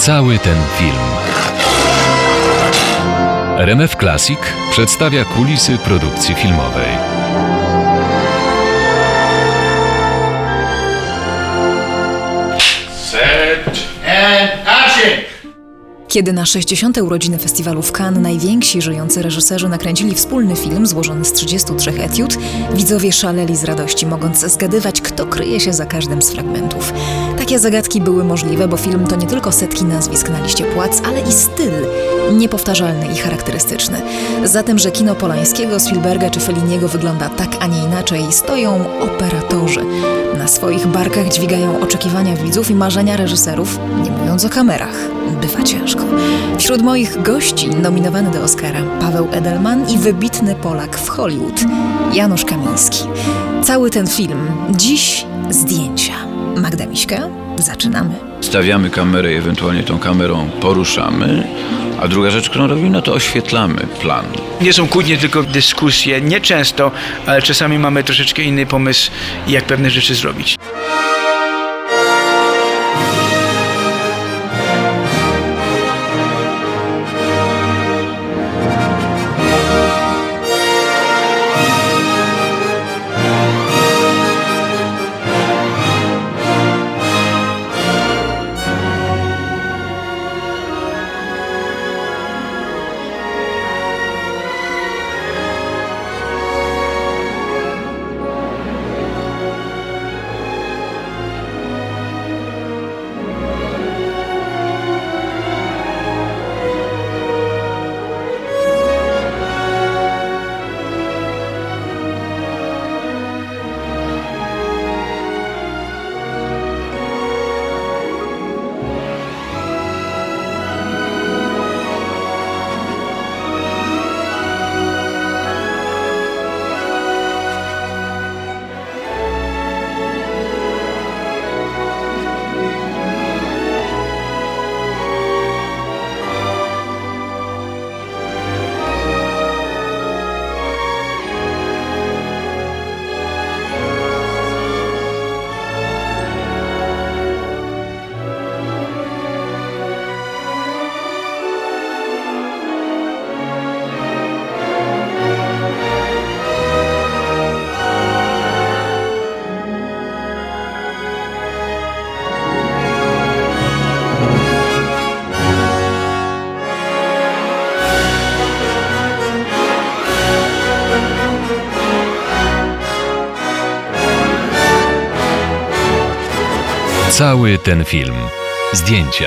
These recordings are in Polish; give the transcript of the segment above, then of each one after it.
Cały ten film. RMF Classic przedstawia kulisy produkcji filmowej. Set and action! Kiedy na 60. urodziny festiwalu w Cannes najwięksi żyjący reżyserzy nakręcili wspólny film złożony z 33 etiud, widzowie szaleli z radości, mogąc zgadywać, kto kryje się za każdym z fragmentów. Takie zagadki były możliwe, bo film to nie tylko setki nazwisk na liście płac, ale i styl, niepowtarzalny i charakterystyczny. Za tym, że kino Polańskiego, Spielberga czy Felliniego wygląda tak, a nie inaczej, stoją operatorzy. Na swoich barkach dźwigają oczekiwania widzów i marzenia reżyserów, nie mówiąc o kamerach. Bywa ciężko. Wśród moich gości nominowany do Oscara Paweł Edelman i wybitny Polak w Hollywood Janusz Kamiński. Cały ten film, dziś zdjęcia. Magda Miśka, zaczynamy. Stawiamy kamerę i ewentualnie tą kamerą poruszamy, a druga rzecz, którą robimy, to oświetlamy plan. Nie są kłótnie, tylko dyskusje. Nie często, ale czasami mamy troszeczkę inny pomysł, jak pewne rzeczy zrobić. Cały ten film. Zdjęcia.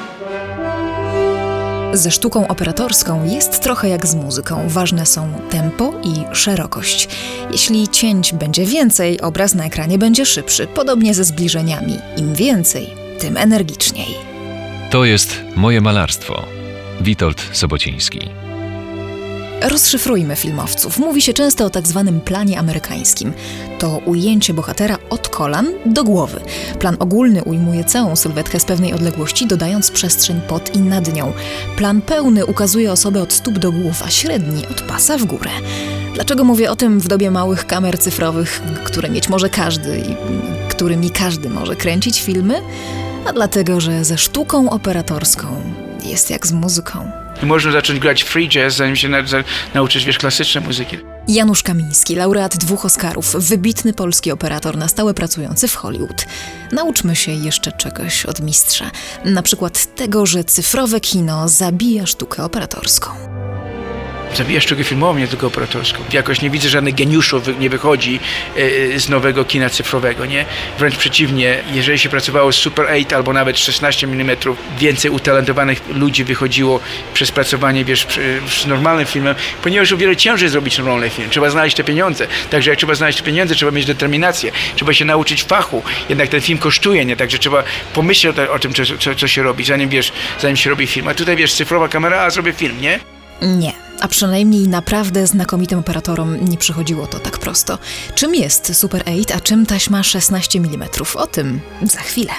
Ze sztuką operatorską jest trochę jak z muzyką. Ważne są tempo i szerokość. Jeśli cięć będzie więcej, obraz na ekranie będzie szybszy. Podobnie ze zbliżeniami. Im więcej, tym energiczniej. To jest moje malarstwo. Witold Sobociński. Rozszyfrujmy filmowców. Mówi się często o tak zwanym planie amerykańskim. To ujęcie bohatera od kolan do głowy. Plan ogólny ujmuje całą sylwetkę z pewnej odległości, dodając przestrzeń pod i nad nią. Plan pełny ukazuje osobę od stóp do głów, a średni od pasa w górę. Dlaczego mówię o tym w dobie małych kamer cyfrowych, które mieć może każdy i którymi każdy może kręcić filmy? A dlatego, że ze sztuką operatorską jest jak z muzyką. Można zacząć grać free jazz, zanim się nauczysz, klasycznej muzyki. Janusz Kamiński, laureat 2 Oscarów, wybitny polski operator na stałe pracujący w Hollywood. Nauczmy się jeszcze czegoś od mistrza. Na przykład tego, że cyfrowe kino zabija sztukę operatorską. Zabija sztukę filmową, nie tylko operatorską. Jakoś nie widzę żadnych geniuszów, nie wychodzi z nowego kina cyfrowego, nie? Wręcz przeciwnie, jeżeli się pracowało z Super 8 albo nawet 16 mm, więcej utalentowanych ludzi wychodziło przez pracowanie, z normalnym filmem, ponieważ o wiele ciężej zrobić normalny film. Trzeba znaleźć te pieniądze. Także jak trzeba znaleźć te pieniądze, trzeba mieć determinację. Trzeba się nauczyć fachu. Jednak ten film kosztuje, nie? Także trzeba pomyśleć o tym, co się robi, zanim się robi film. A tutaj, cyfrowa kamera, a zrobię film, nie? Nie, a przynajmniej naprawdę znakomitym operatorom nie przychodziło to tak prosto. Czym jest Super 8, a czym taśma 16 mm? O tym za chwilę.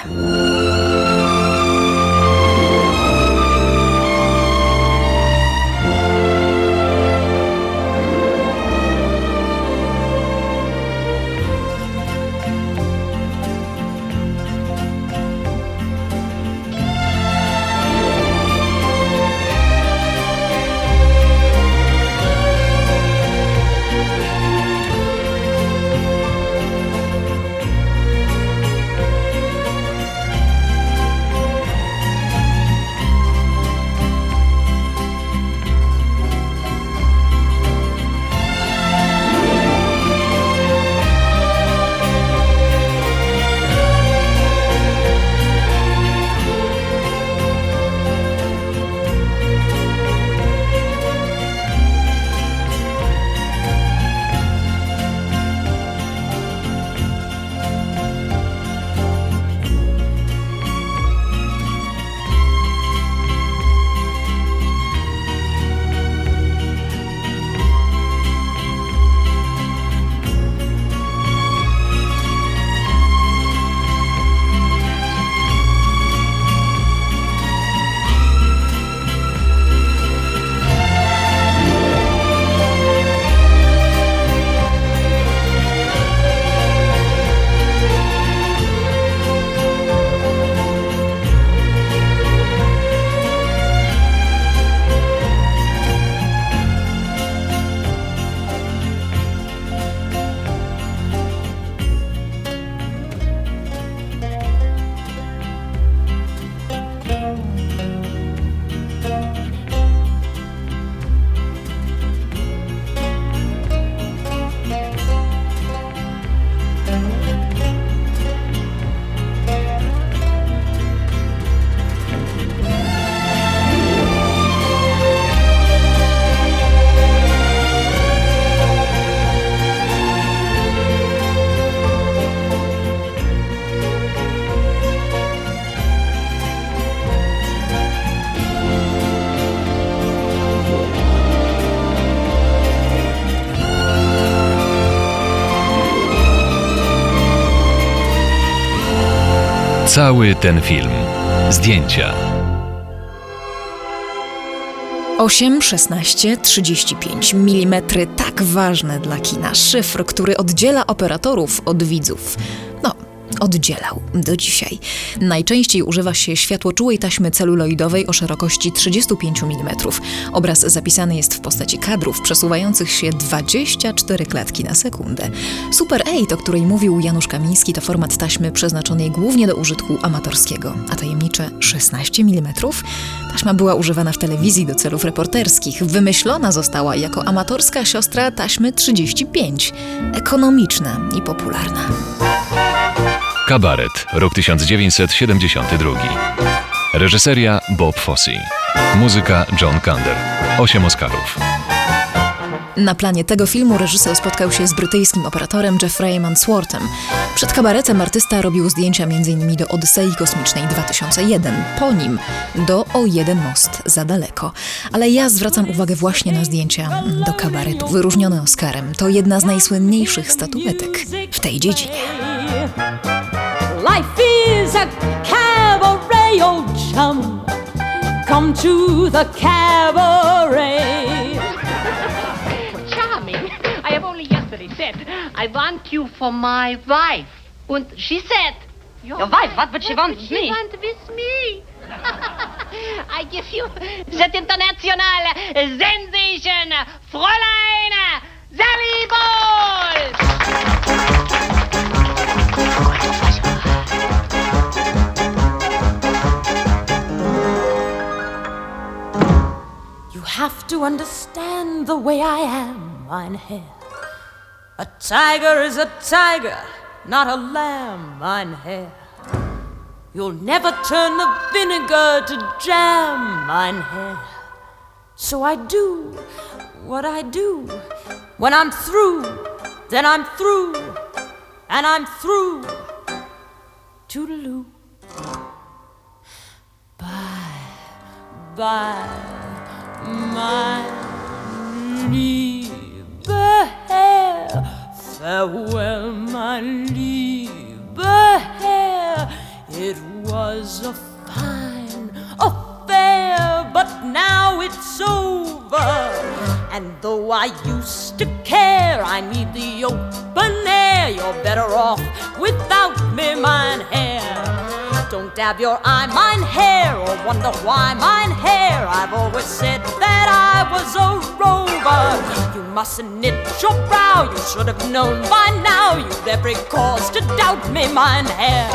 Cały ten film. Zdjęcia. 8, 16, 35 mm, tak ważne dla kina. Szyfr, który oddziela operatorów od widzów. No, oddzielał do dzisiaj. Najczęściej używa się światłoczułej taśmy celuloidowej o szerokości 35 mm. Obraz zapisany jest w postaci kadrów przesuwających się 24 klatki na sekundę. Super 8, o której mówił Janusz Kamiński, to format taśmy przeznaczonej głównie do użytku amatorskiego, a tajemnicze 16 mm. Taśma była używana w telewizji do celów reporterskich. Wymyślona została jako amatorska siostra taśmy 35. Ekonomiczna i popularna. Kabaret, rok 1972. Reżyseria Bob Fosse. Muzyka John Kander. 8 Oscarów. Na planie tego filmu reżyser spotkał się z brytyjskim operatorem Jeffreyem Unsworthem. Przed kabaretem artysta robił zdjęcia m.in. do Odysei Kosmicznej 2001, po nim do O jeden most za daleko. Ale ja zwracam uwagę właśnie na zdjęcia do kabaretu, wyróżnione Oscarem. To jedna z najsłynniejszych statuetek w tej dziedzinie. Life is a cabaret, old chum. Come to the cabaret. Charming. I have only yesterday said, I want you for my wife. And she said, your wife? What would she want with me? She want with me. I give you that international sensation, Fräulein Sally Bowles. You have to understand the way I am, mein Herr. A tiger is a tiger, not a lamb, mein Herr. You'll never turn the vinegar to jam, mein Herr. So I do what I do. When I'm through, then I'm through, and I'm through. Toodaloo. Bye, mein lieber Herr. Farewell, mein lieber Herr. It was a fine affair, but now it's over. And though I used to care, I need the open air. You're better off without me, mein Herr. Don't dab your eye, mein Herr, or wonder why, mein Herr. I've always said that I was a rover. You mustn't knit your brow, you should have known by now. You've every cause to doubt me, mein Herr.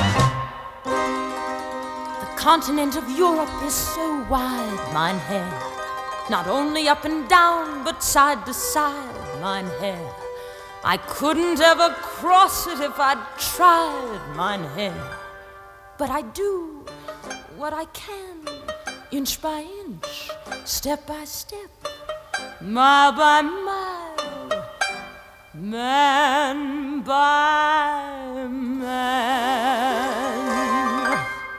The continent of Europe is so wide, mein Herr. Not only up and down, but side to side, mein Herr. I couldn't ever cross it if I'd tried, mein Herr. But I do what I can, inch by inch, step by step, mile by mile, man by man.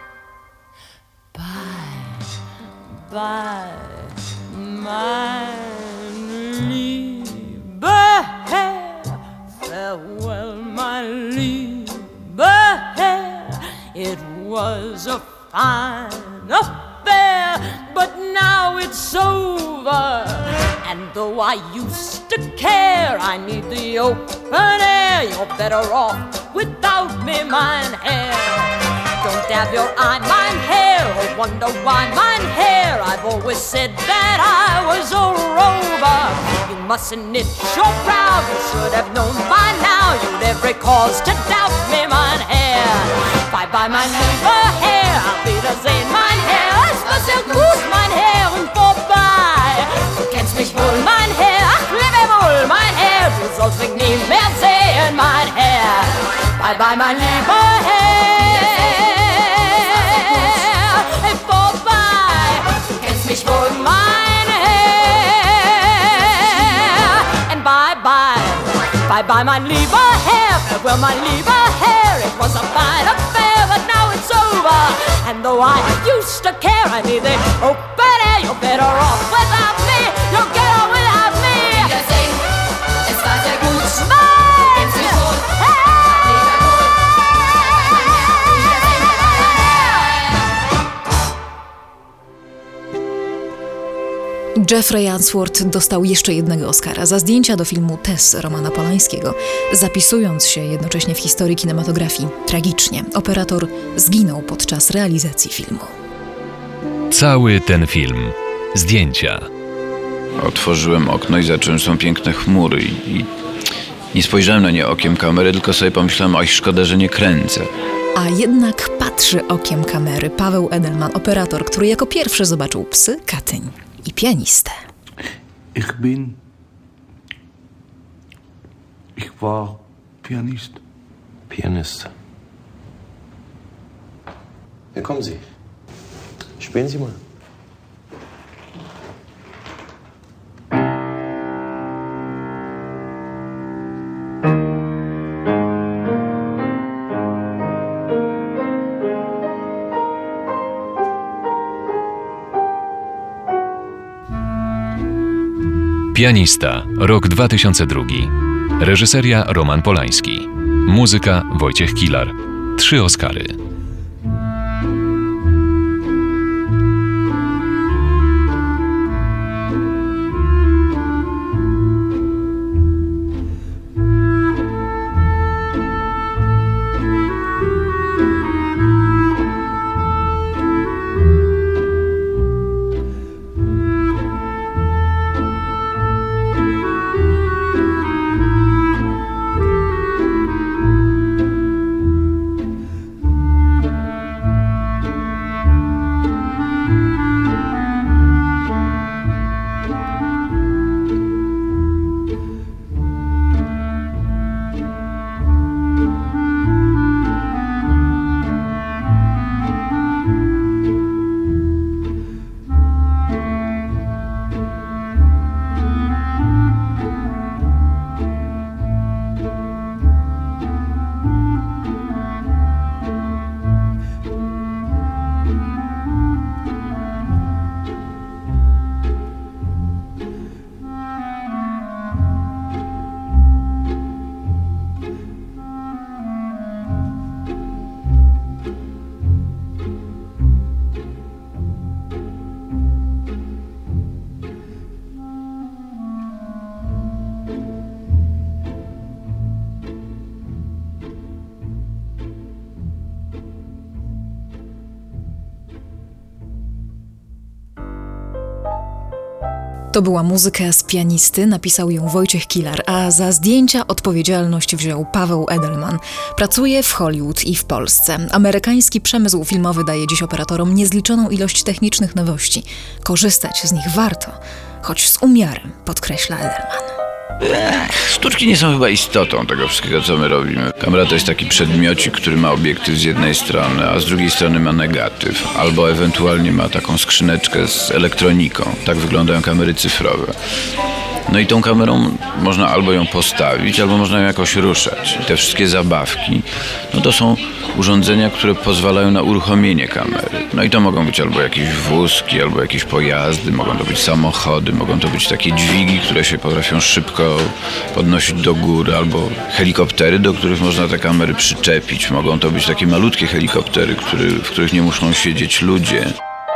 Bye, mein lieber Herr. Farewell, mein lieber Herr. It was a fine affair, but now it's over. And though I used to care, I need the open air. You're better off without me, mein Herr. Don't dab your eye, mein Herr, or wonder why, mein Herr. I've always said that I was a rover. You mustn't knit your brow, you should have known by now. You'd every cause to doubt me, mein Herr. Bye, mein lieber Herr, auf Wiedersehen, mein Herr. Es war sehr gut, mein Herr, und vorbei. Du kennst mich wohl, mein Herr, ach, lebe wohl, mein Herr. Du sollst mich nie mehr sehen, mein Herr. Bye, mein lieber Herr. Vorbei, du kennst mich wohl, mein Herr. And bye, mein lieber Herr. Farewell, mein lieber Herr. It was a fine affair, but now it's over. And though I used to care, I need the open air. You're better off without me. You'll get on without me. Wiedersehen, es war sehr gut. Mein Herr. Jeffrey Answorth dostał jeszcze jednego Oscara za zdjęcia do filmu Tess Romana Polańskiego, zapisując się jednocześnie w historii kinematografii. Tragicznie operator zginął podczas realizacji filmu. Cały ten film. Zdjęcia. Otworzyłem okno i zacząłem, są piękne chmury i nie spojrzałem na nie okiem kamery, tylko sobie pomyślałem, oj, szkoda, że nie kręcę. A jednak patrzy okiem kamery Paweł Edelman, operator, który jako pierwszy zobaczył psy, Katyń i pianistę. Ich war Pianist. Pianist. Ja, kommen Sie. Spielen Sie mal. Pianista, rok 2002. Reżyseria Roman Polański. Muzyka Wojciech Kilar. 3 Oscary. To była muzyka z Pianisty, napisał ją Wojciech Kilar, a za zdjęcia odpowiedzialność wziął Paweł Edelman. Pracuje w Hollywood i w Polsce. Amerykański przemysł filmowy daje dziś operatorom niezliczoną ilość technicznych nowości. Korzystać z nich warto, choć z umiarem, podkreśla Edelman. Sztuczki nie są chyba istotą tego wszystkiego, co my robimy. Kamera to jest taki przedmiocik, który ma obiektyw z jednej strony, a z drugiej strony ma negatyw. Albo ewentualnie ma taką skrzyneczkę z elektroniką. Tak wyglądają kamery cyfrowe. No i tą kamerą można albo ją postawić, albo można ją jakoś ruszać. I te wszystkie zabawki, no to są urządzenia, które pozwalają na uruchomienie kamery. No i to mogą być albo jakieś wózki, albo jakieś pojazdy, mogą to być samochody, mogą to być takie dźwigi, które się potrafią szybko podnosić do góry, albo helikoptery, do których można te kamery przyczepić. Mogą to być takie malutkie helikoptery, w których nie muszą siedzieć ludzie.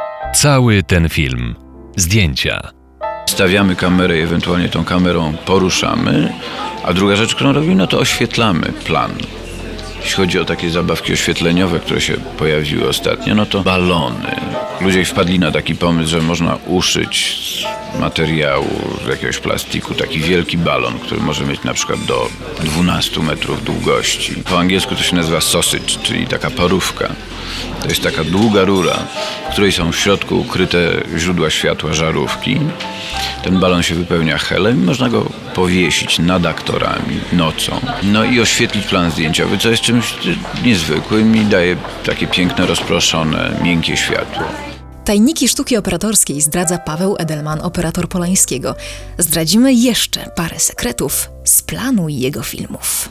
Cały ten film. Zdjęcia. Stawiamy kamerę i ewentualnie tą kamerą poruszamy, a druga rzecz, którą robimy, no to oświetlamy plan. Jeśli chodzi o takie zabawki oświetleniowe, które się pojawiły ostatnio, no to balony. Ludzie wpadli na taki pomysł, że można uszyć z materiału, z jakiegoś plastiku, taki wielki balon, który może mieć na przykład do 12 metrów długości. Po angielsku to się nazywa sausage, czyli taka parówka. To jest taka długa rura, w której są w środku ukryte źródła światła, żarówki. Ten balon się wypełnia helem i można go powiesić nad aktorami nocą. No i oświetlić plan zdjęciowy, co jest czymś niezwykłym i daje takie piękne, rozproszone, miękkie światło. Tajniki sztuki operatorskiej zdradza Paweł Edelman, operator Polańskiego. Zdradzimy jeszcze parę sekretów z planu jego filmów.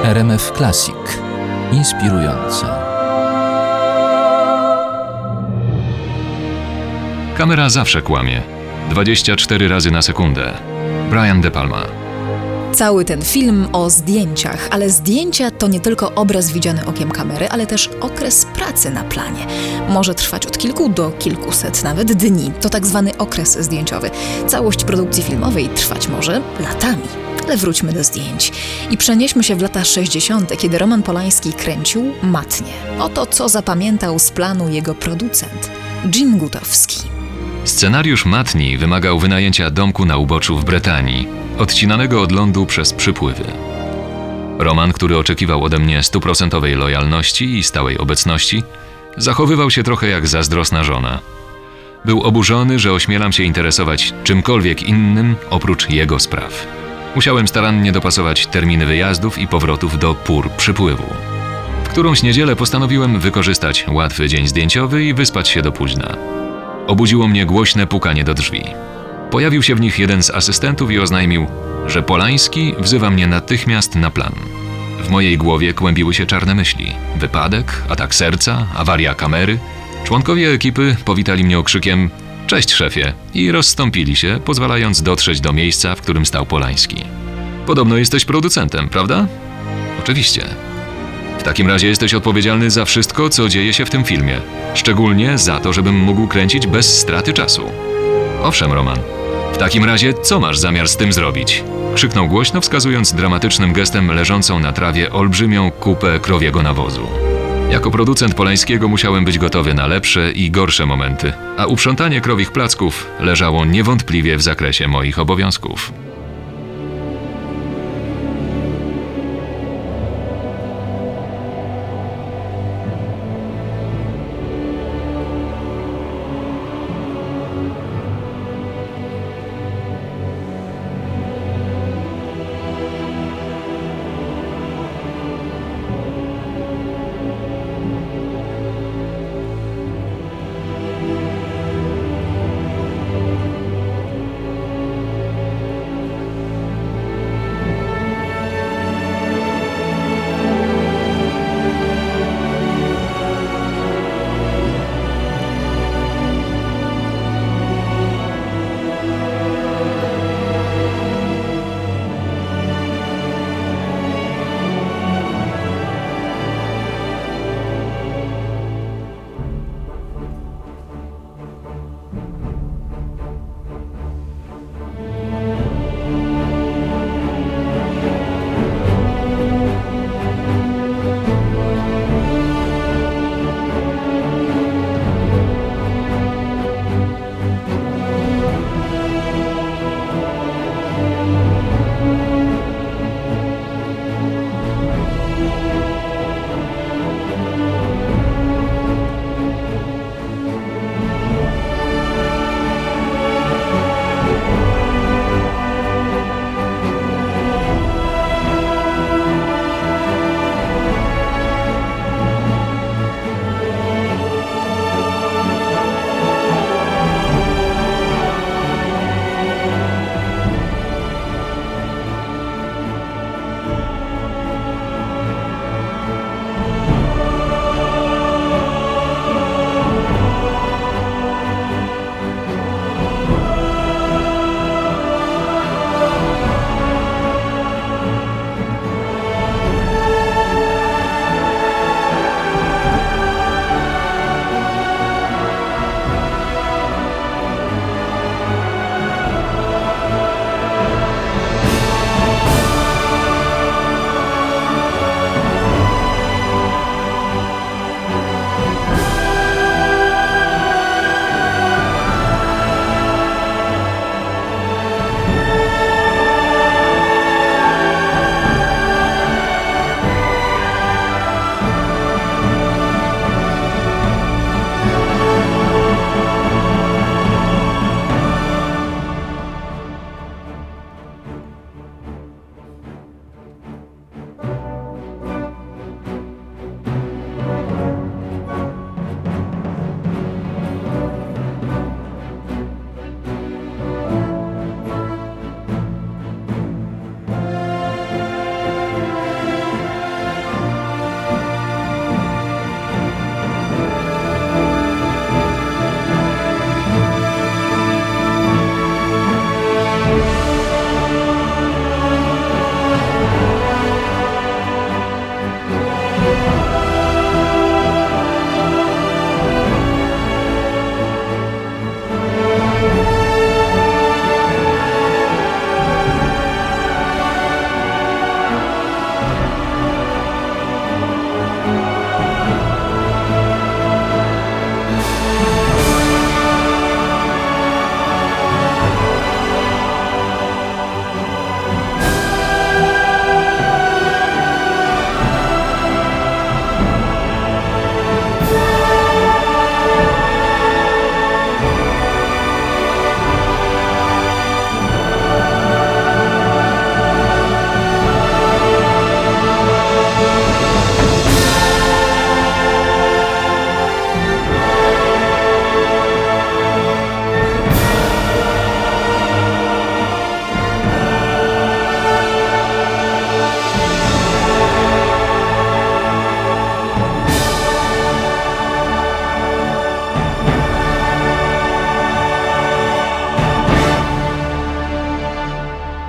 RMF Classic. Inspirujące. Kamera zawsze kłamie. 24 razy na sekundę. Brian De Palma. Cały ten film o zdjęciach, ale zdjęcia to nie tylko obraz widziany okiem kamery, ale też okres pracy na planie. Może trwać od kilku do kilkuset nawet dni. To tak zwany okres zdjęciowy. Całość produkcji filmowej trwać może latami. Ale wróćmy do zdjęć i przenieśmy się w lata 60., kiedy Roman Polański kręcił Matnie. Oto co zapamiętał z planu jego producent, Jean Gutowski. Scenariusz Matni wymagał wynajęcia domku na uboczu w Bretanii, odcinanego od lądu przez przypływy. Roman, który oczekiwał ode mnie 100% lojalności i stałej obecności, zachowywał się trochę jak zazdrosna żona. Był oburzony, że ośmielam się interesować czymkolwiek innym oprócz jego spraw. Musiałem starannie dopasować terminy wyjazdów i powrotów do pór przypływu. W którąś niedzielę postanowiłem wykorzystać łatwy dzień zdjęciowy i wyspać się do późna. Obudziło mnie głośne pukanie do drzwi. Pojawił się w nich jeden z asystentów i oznajmił, że Polański wzywa mnie natychmiast na plan. W mojej głowie kłębiły się czarne myśli. Wypadek, atak serca, awaria kamery. Członkowie ekipy powitali mnie okrzykiem „Cześć szefie” i rozstąpili się, pozwalając dotrzeć do miejsca, w którym stał Polański. Podobno jesteś producentem, prawda? Oczywiście. W takim razie jesteś odpowiedzialny za wszystko, co dzieje się w tym filmie. Szczególnie za to, żebym mógł kręcić bez straty czasu. Owszem, Roman. W takim razie co masz zamiar z tym zrobić? Krzyknął głośno, wskazując dramatycznym gestem leżącą na trawie olbrzymią kupę krowiego nawozu. Jako producent Polańskiego musiałem być gotowy na lepsze i gorsze momenty, a uprzątanie krowich placków leżało niewątpliwie w zakresie moich obowiązków.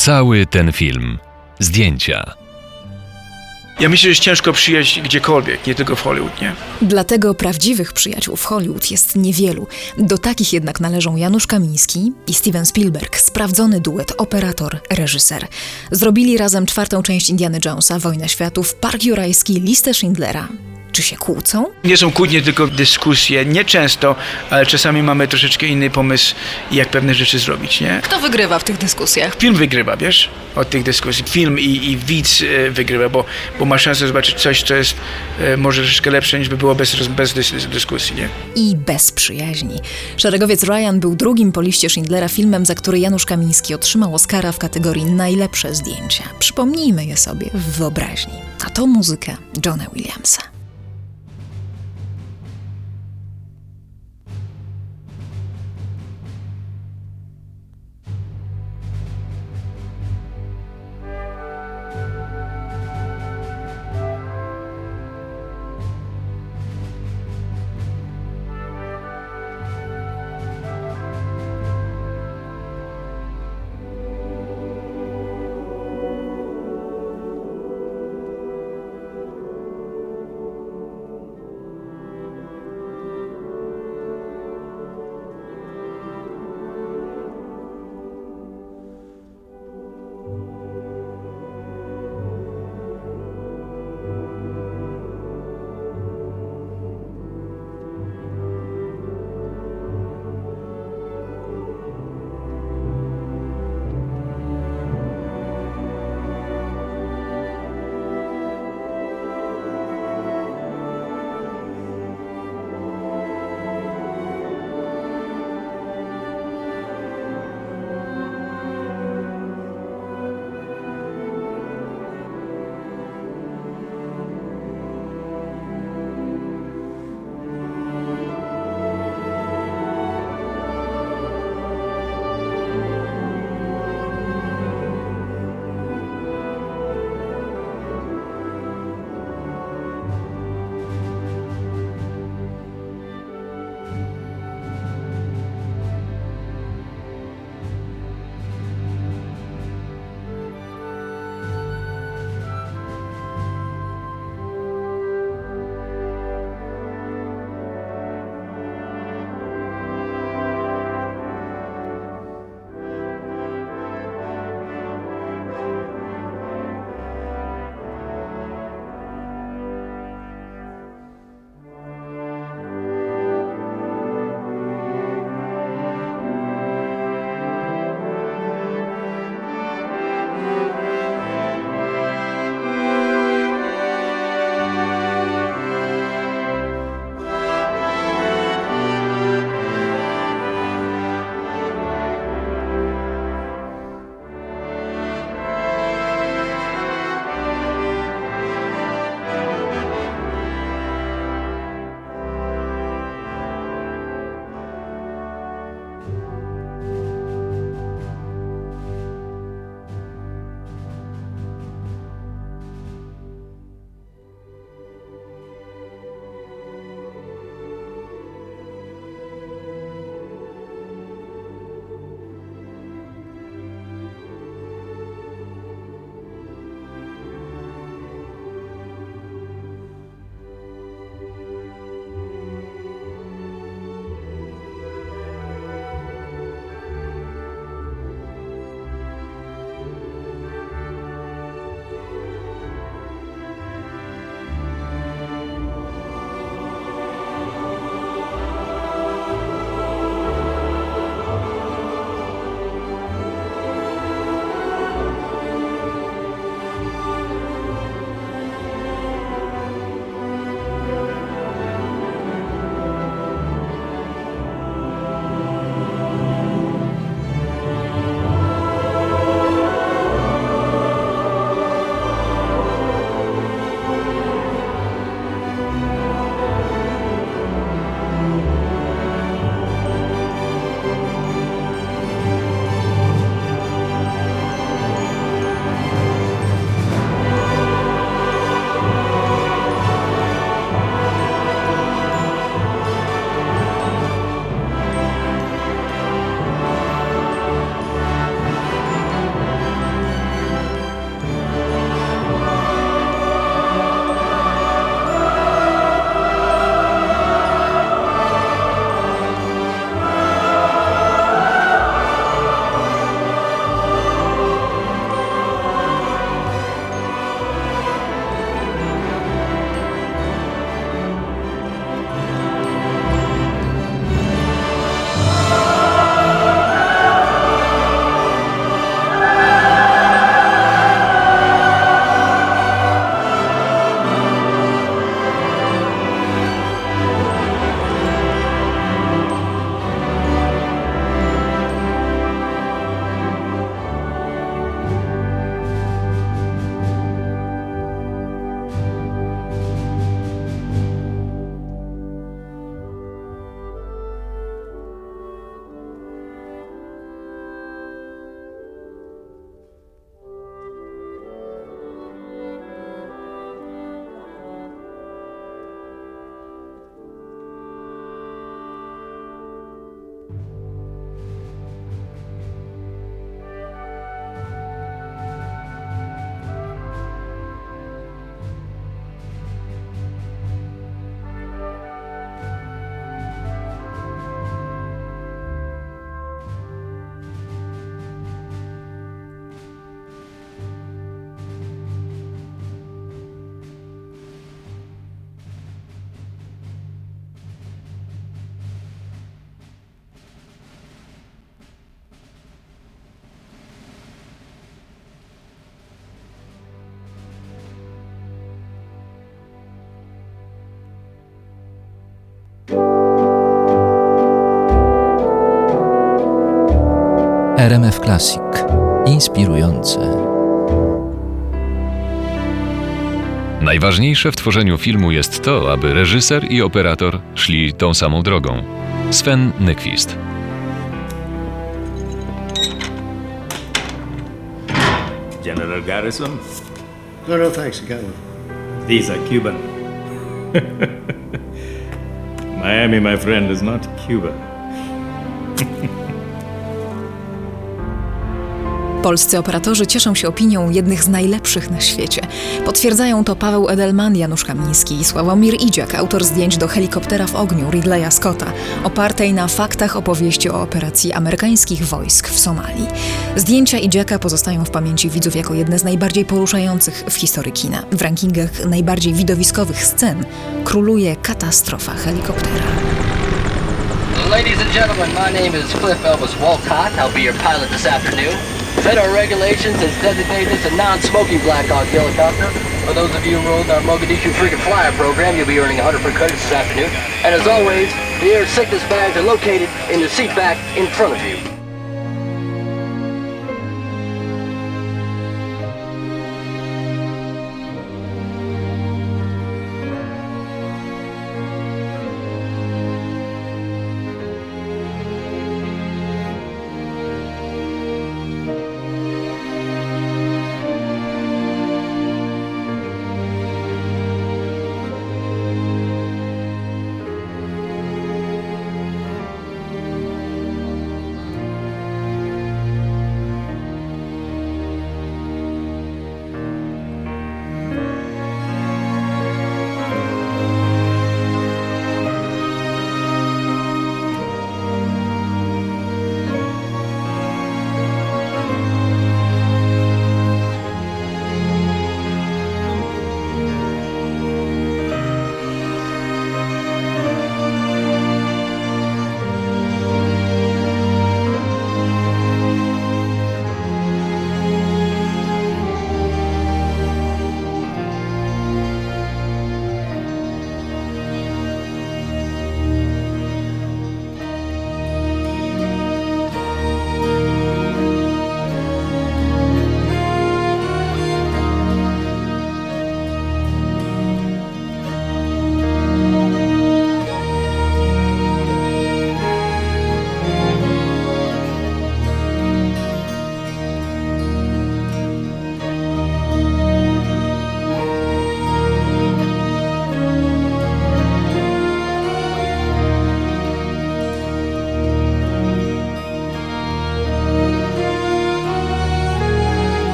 cały ten film. Zdjęcia. Ja myślę, że jest ciężko przyjść gdziekolwiek, nie tylko w Hollywood, nie? Dlatego prawdziwych przyjaciół w Hollywood jest niewielu. Do takich jednak należą Janusz Kamiński i Steven Spielberg, sprawdzony duet operator-reżyser. Zrobili razem 4. część Indiana Jonesa, Wojnę Światów, Park Jurajski, Listę Schindlera. Czy się kłócą? Nie są kłótnie, tylko dyskusje. Nie często, ale czasami mamy troszeczkę inny pomysł, jak pewne rzeczy zrobić, nie? Kto wygrywa w tych dyskusjach? Film wygrywa, wiesz, od tych dyskusji. Film i widz wygrywa, bo ma szansę zobaczyć coś, co jest może troszeczkę lepsze, niż by było bez dyskusji, nie? I bez przyjaźni. Szeregowiec Ryan był drugim po liście Schindlera filmem, za który Janusz Kamiński otrzymał Oscara w kategorii Najlepsze zdjęcia. Przypomnijmy je sobie w wyobraźni. A to muzyka Johna Williamsa. RMF Classic. Inspirujące. Najważniejsze w tworzeniu filmu jest to, aby reżyser i operator szli tą samą drogą. Sven Nykvist. General Garrison? No, no, thanks. I got one. These are Cuban. Miami, my friend, is not Cuba. Polscy operatorzy cieszą się opinią jednych z najlepszych na świecie. Potwierdzają to Paweł Edelman, Janusz Kamiński i Sławomir Idziak, autor zdjęć do Helikoptera w ogniu Ridleya Scotta, opartej na faktach opowieści o operacji amerykańskich wojsk w Somalii. Zdjęcia Idziaka pozostają w pamięci widzów jako jedne z najbardziej poruszających w historii kina. W rankingach najbardziej widowiskowych scen króluje katastrofa helikoptera. Ladies and gentlemen, my name is Cliff Elvis Walcott. I'll be your pilot this afternoon. Federal regulations has designated this a non-smoking Black Hawk helicopter. For those of you enrolled in our Mogadishu Frequent Flyer program, you'll be earning 100 free credits this afternoon. And as always, the air sickness bags are located in the seat back in front of you.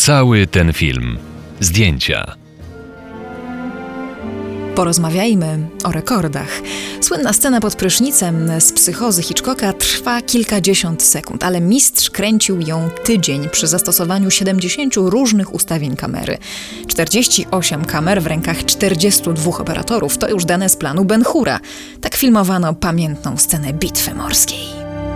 Cały ten film. Zdjęcia. Porozmawiajmy o rekordach. Słynna scena pod prysznicem z Psychozy Hitchcocka trwa kilkadziesiąt sekund, ale mistrz kręcił ją tydzień przy zastosowaniu 70 różnych ustawień kamery. 48 kamer w rękach 42 operatorów to już dane z planu Ben-Hura. Tak filmowano pamiętną scenę bitwy morskiej.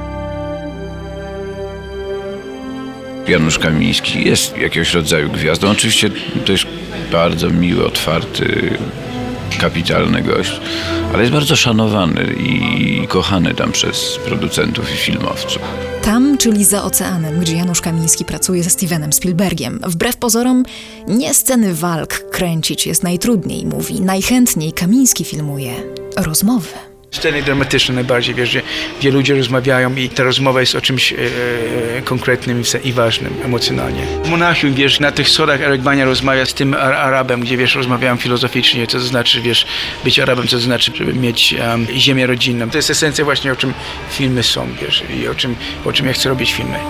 Janusz Kamiński jest jakiegoś rodzaju gwiazdą. Oczywiście to jest bardzo miły, otwarty, kapitalny gość, ale jest bardzo szanowany i kochany tam przez producentów i filmowców. Tam, czyli za oceanem, gdzie Janusz Kamiński pracuje ze Stevenem Spielbergiem. Wbrew pozorom, nie sceny walk kręcić jest najtrudniej, mówi. Najchętniej Kamiński filmuje rozmowy. Sceny dramatyczne najbardziej, wiesz, że gdzie ludzie rozmawiają i ta rozmowa jest o czymś konkretnym i ważnym emocjonalnie. W Monachium, wiesz, na tych schodach Eric Bania rozmawia z tym Arabem, gdzie, wiesz, rozmawiają filozoficznie, co to znaczy, wiesz, być Arabem, co to znaczy, żeby mieć ziemię rodzinną. To jest esencja właśnie, o czym filmy są, wiesz, i o czym ja chcę robić filmy.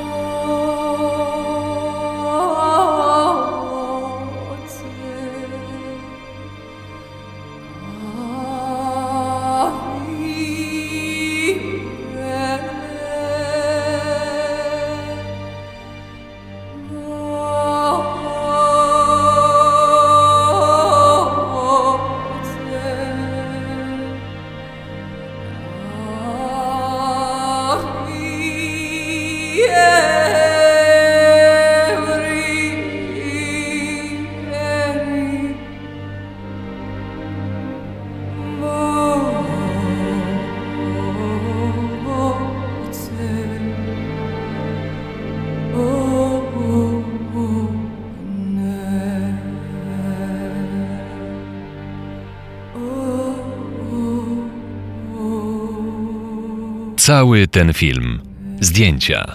Cały ten film. Zdjęcia.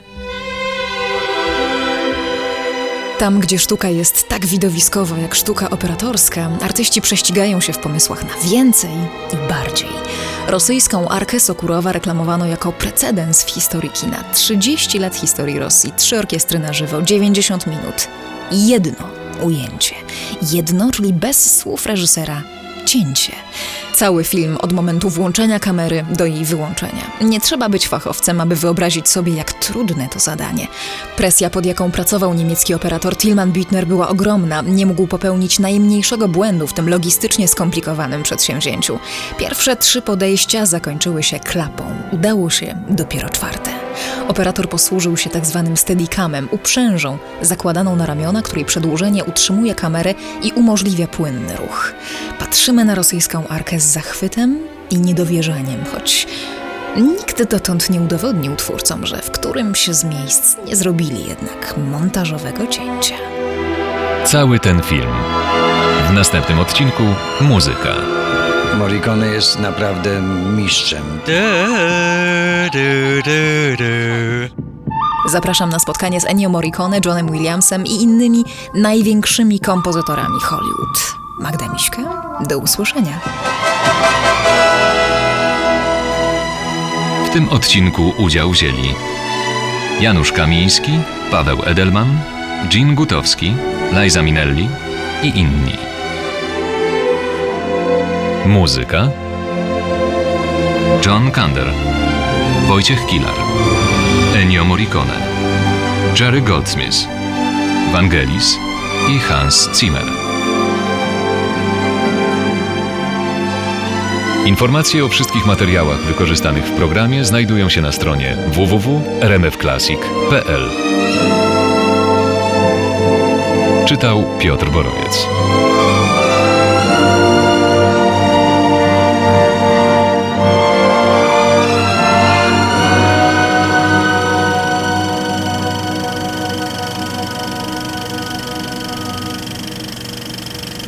Tam, gdzie sztuka jest tak widowiskowa jak sztuka operatorska, artyści prześcigają się w pomysłach na więcej i bardziej. Rosyjską Arkę Sokurowa reklamowano jako precedens w historii kina. 30 lat historii Rosji, 3 orkiestry na żywo, 90 minut. Jedno ujęcie. Jedno, czyli bez słów reżysera, cięcie. Cały film od momentu włączenia kamery do jej wyłączenia. Nie trzeba być fachowcem, aby wyobrazić sobie, jak trudne to zadanie. Presja, pod jaką pracował niemiecki operator Tilman Büttner, była ogromna. Nie mógł popełnić najmniejszego błędu w tym logistycznie skomplikowanym przedsięwzięciu. Pierwsze 3 podejścia zakończyły się klapą. Udało się dopiero 4. Operator posłużył się tak zwanym steadicamem, uprzężą zakładaną na ramiona, której przedłużenie utrzymuje kamerę i umożliwia płynny ruch. Patrzymy na rosyjską Arkę z zachwytem i niedowierzaniem, choć nikt dotąd nie udowodnił twórcom, że w którymś z miejsc nie zrobili jednak montażowego cięcia. Cały ten film. W następnym odcinku muzyka. Morricone jest naprawdę mistrzem. Zapraszam na spotkanie z Ennio Morricone, Johnem Williamsem i innymi największymi kompozytorami Hollywood. Magda Miśka, do usłyszenia. W tym odcinku udział wzięli Janusz Kamiński, Paweł Edelman, Jean Gutowski, Liza Minnelli i inni. Muzyka: John Kander, Wojciech Kilar, Ennio Morricone, Jerry Goldsmith, Vangelis i Hans Zimmer. Informacje o wszystkich materiałach wykorzystanych w programie znajdują się na stronie www.rmfclassic.pl. Czytał Piotr Borowiec.